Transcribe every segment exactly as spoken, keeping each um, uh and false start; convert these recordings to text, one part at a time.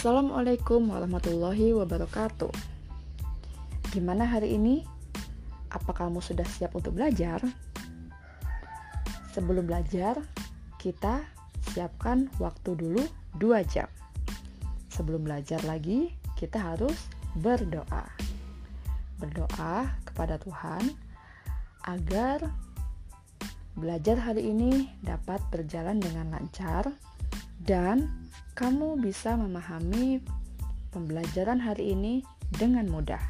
Assalamualaikum warahmatullahi wabarakatuh. Gimana hari ini? Apa kamu sudah siap untuk belajar? Sebelum belajar, kita siapkan waktu dulu dua jam. Sebelum belajar lagi, kita harus berdoa. Berdoa kepada Tuhan agar belajar hari ini dapat berjalan dengan lancar dan kamu bisa memahami pembelajaran hari ini dengan mudah.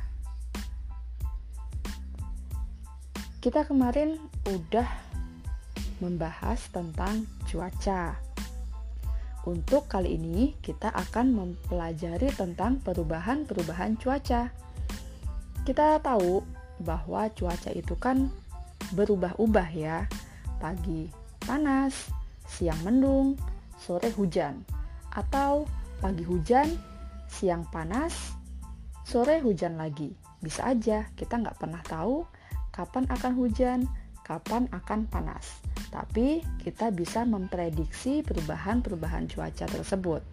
Kita kemarin udah membahas tentang cuaca. Untuk kali ini kita akan mempelajari tentang perubahan-perubahan cuaca. Kita tahu bahwa cuaca itu kan berubah-ubah ya. Pagi panas, siang mendung, sore hujan. Atau pagi hujan, siang panas, sore hujan lagi. Bisa aja, kita nggak pernah tahu kapan akan hujan, kapan akan panas. Tapi kita bisa memprediksi perubahan-perubahan cuaca tersebut.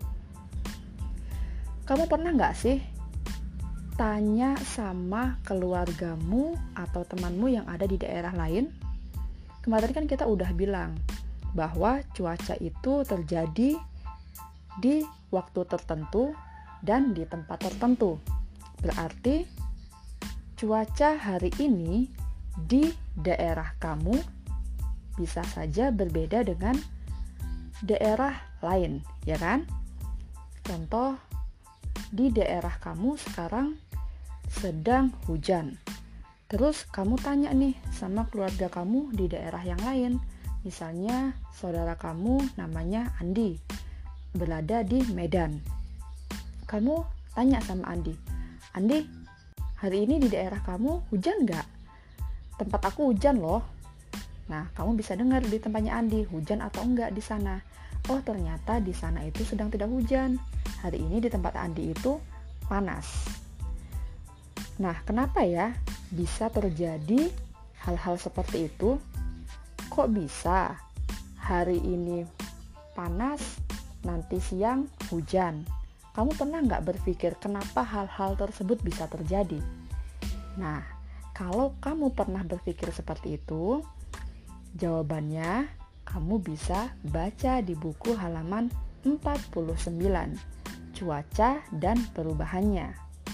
Kamu pernah nggak sih tanya sama keluargamu atau temanmu yang ada di daerah lain? Kemarin kan kita udah bilang bahwa cuaca itu terjadi di waktu tertentu dan di tempat tertentu. Berarti cuaca hari ini di daerah kamu bisa saja berbeda dengan daerah lain, ya kan? Contoh, di daerah kamu sekarang sedang hujan. Terus kamu tanya nih sama keluarga kamu di daerah yang lain. Misalnya saudara kamu namanya Andi, berada di Medan. Kamu tanya sama Andi, Andi, hari ini di daerah kamu hujan nggak? Tempat aku hujan loh. Nah, kamu bisa dengar di tempatnya Andi, hujan atau enggak di sana. Oh, ternyata di sana itu sedang tidak hujan. Hari ini di tempat Andi itu panas. Nah, kenapa ya bisa terjadi hal-hal seperti itu? Kok bisa hari ini panas, nanti siang hujan? Kamu pernah nggak berpikir kenapa hal-hal tersebut bisa terjadi? Nah, kalau kamu pernah berpikir seperti itu, jawabannya kamu bisa baca di buku halaman empat puluh sembilan, Cuaca dan Perubahannya.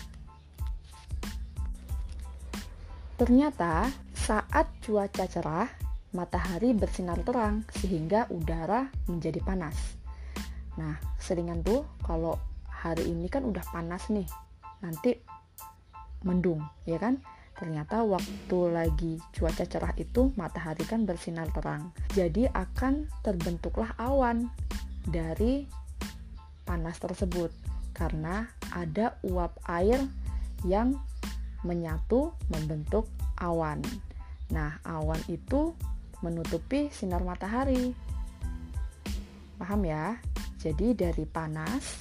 Ternyata saat cuaca cerah, matahari bersinar terang sehingga udara menjadi panas. Nah, seringan tuh kalau hari ini kan udah panas nih, nanti mendung, ya kan? Ternyata waktu lagi cuaca cerah itu matahari kan bersinar terang. Jadi akan terbentuklah awan dari panas tersebut karena ada uap air yang menyatu membentuk awan. Nah, awan itu menutupi sinar matahari. Paham ya? Jadi dari panas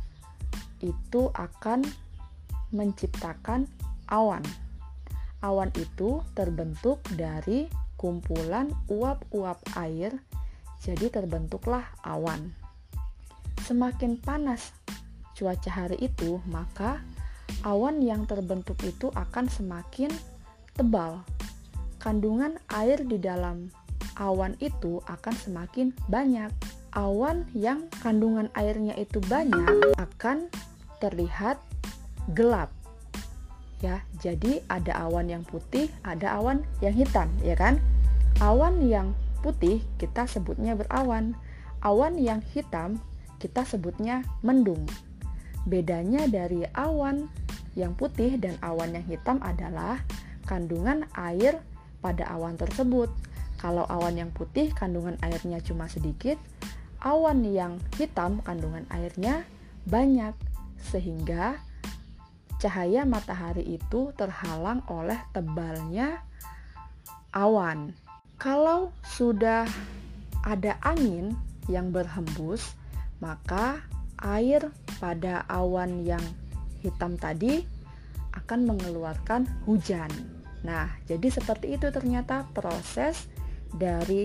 itu akan menciptakan awan. Awan itu terbentuk dari kumpulan uap-uap air, jadi terbentuklah awan. Semakin panas cuaca hari itu, maka awan yang terbentuk itu akan semakin tebal. Kandungan air di dalam awan itu akan semakin banyak. Awan yang kandungan airnya itu banyak akan terlihat gelap. Ya, jadi ada awan yang putih, ada awan yang hitam, ya kan? Awan yang putih kita sebutnya berawan. Awan yang hitam kita sebutnya mendung. Bedanya dari awan yang putih dan awan yang hitam adalah kandungan air pada awan tersebut. Kalau awan yang putih kandungan airnya cuma sedikit, awan yang hitam kandungan airnya banyak, sehingga cahaya matahari itu terhalang oleh tebalnya awan. Kalau sudah ada angin yang berhembus, maka air pada awan yang hitam tadi akan mengeluarkan hujan. Nah, jadi seperti itu ternyata proses dari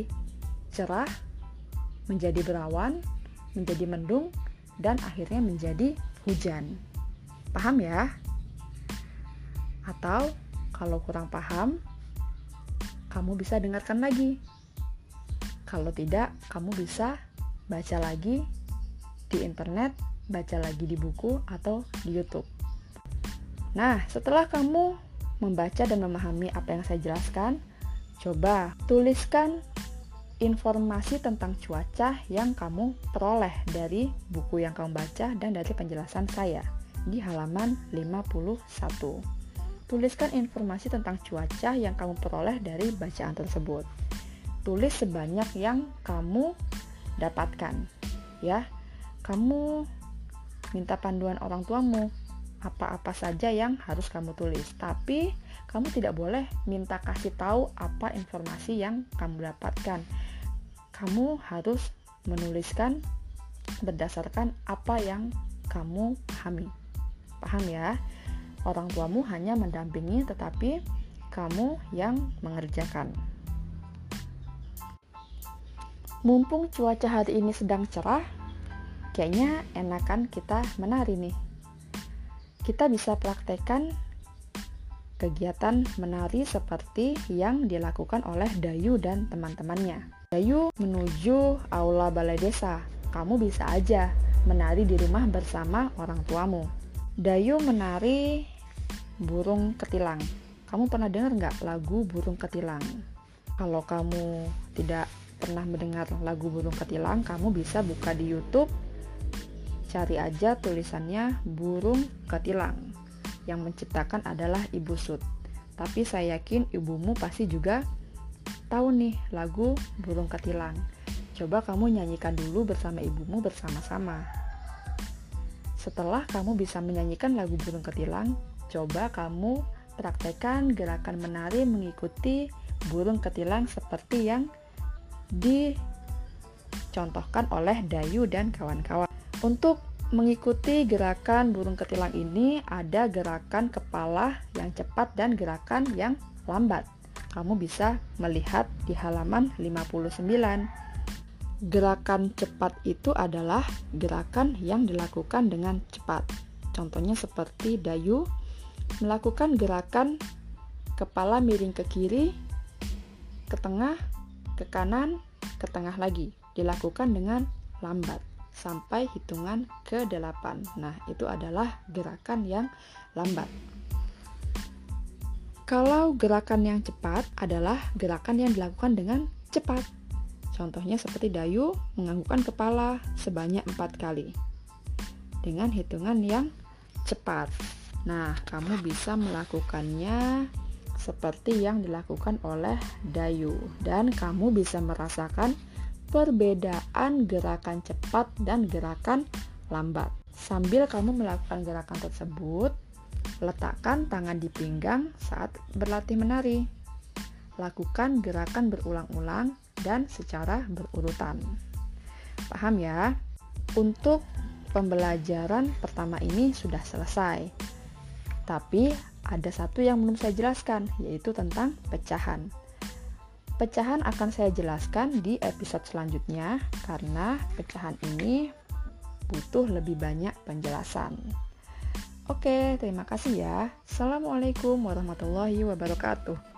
cerah menjadi berawan, menjadi mendung, dan akhirnya menjadi hujan. Paham ya? Atau kalau kurang paham, kamu bisa dengarkan lagi. Kalau tidak, kamu bisa baca lagi di internet, baca lagi di buku atau di YouTube. Nah, setelah kamu membaca dan memahami apa yang saya jelaskan, coba tuliskan informasi tentang cuaca yang kamu peroleh dari buku yang kamu baca dan dari penjelasan saya di halaman lima puluh satu. Tuliskan informasi tentang cuaca yang kamu peroleh dari bacaan tersebut. Tulis sebanyak yang kamu dapatkan, ya. Kamu minta panduan orang tuamu apa-apa saja yang harus kamu tulis, tapi kamu tidak boleh minta kasih tahu apa informasi yang kamu dapatkan. Kamu harus menuliskan berdasarkan apa yang kamu pahami. Paham ya? Orang tuamu hanya mendampingi, tetapi kamu yang mengerjakan. Mumpung cuaca hari ini sedang cerah, kayaknya enakan kita menari nih. Kita bisa praktekkan kegiatan menari seperti yang dilakukan oleh Dayu dan teman-temannya. Dayu menuju aula balai desa. Kamu bisa aja menari di rumah bersama orang tuamu. Dayu menari burung ketilang. Kamu pernah dengar nggak lagu burung ketilang? Kalau kamu tidak pernah mendengar lagu burung ketilang, kamu bisa buka di YouTube. Cari aja tulisannya burung ketilang. Yang menciptakan adalah Ibu Sud. Tapi saya yakin ibumu pasti juga tahu nih lagu burung ketilang. Coba kamu nyanyikan dulu bersama ibumu bersama-sama. Setelah kamu bisa menyanyikan lagu burung ketilang, coba kamu praktekkan gerakan menari mengikuti burung ketilang seperti yang dicontohkan oleh Dayu dan kawan-kawan. Untuk mengikuti gerakan burung ketilang ini, ada gerakan kepala yang cepat dan gerakan yang lambat. Kamu bisa melihat di halaman lima puluh sembilan. Gerakan cepat itu adalah gerakan yang dilakukan dengan cepat. Contohnya seperti Dayu melakukan gerakan kepala miring ke kiri, ke tengah, ke kanan, ke tengah lagi. Dilakukan dengan lambat sampai hitungan ke delapan. Nah, itu adalah gerakan yang lambat. Kalau gerakan yang cepat adalah gerakan yang dilakukan dengan cepat. Contohnya seperti Dayu menganggukkan kepala sebanyak empat kali dengan hitungan yang cepat. Nah, kamu bisa melakukannya seperti yang dilakukan oleh Dayu, dan kamu bisa merasakan perbedaan gerakan cepat dan gerakan lambat. Sambil kamu melakukan gerakan tersebut, letakkan tangan di pinggang saat berlatih menari. Lakukan gerakan berulang-ulang dan secara berurutan. Paham ya? Untuk pembelajaran pertama ini sudah selesai. Tapi ada satu yang belum saya jelaskan, yaitu tentang pecahan. Pecahan akan saya jelaskan di episode selanjutnya karena pecahan ini butuh lebih banyak penjelasan. Oke, terima kasih ya. Assalamualaikum warahmatullahi wabarakatuh.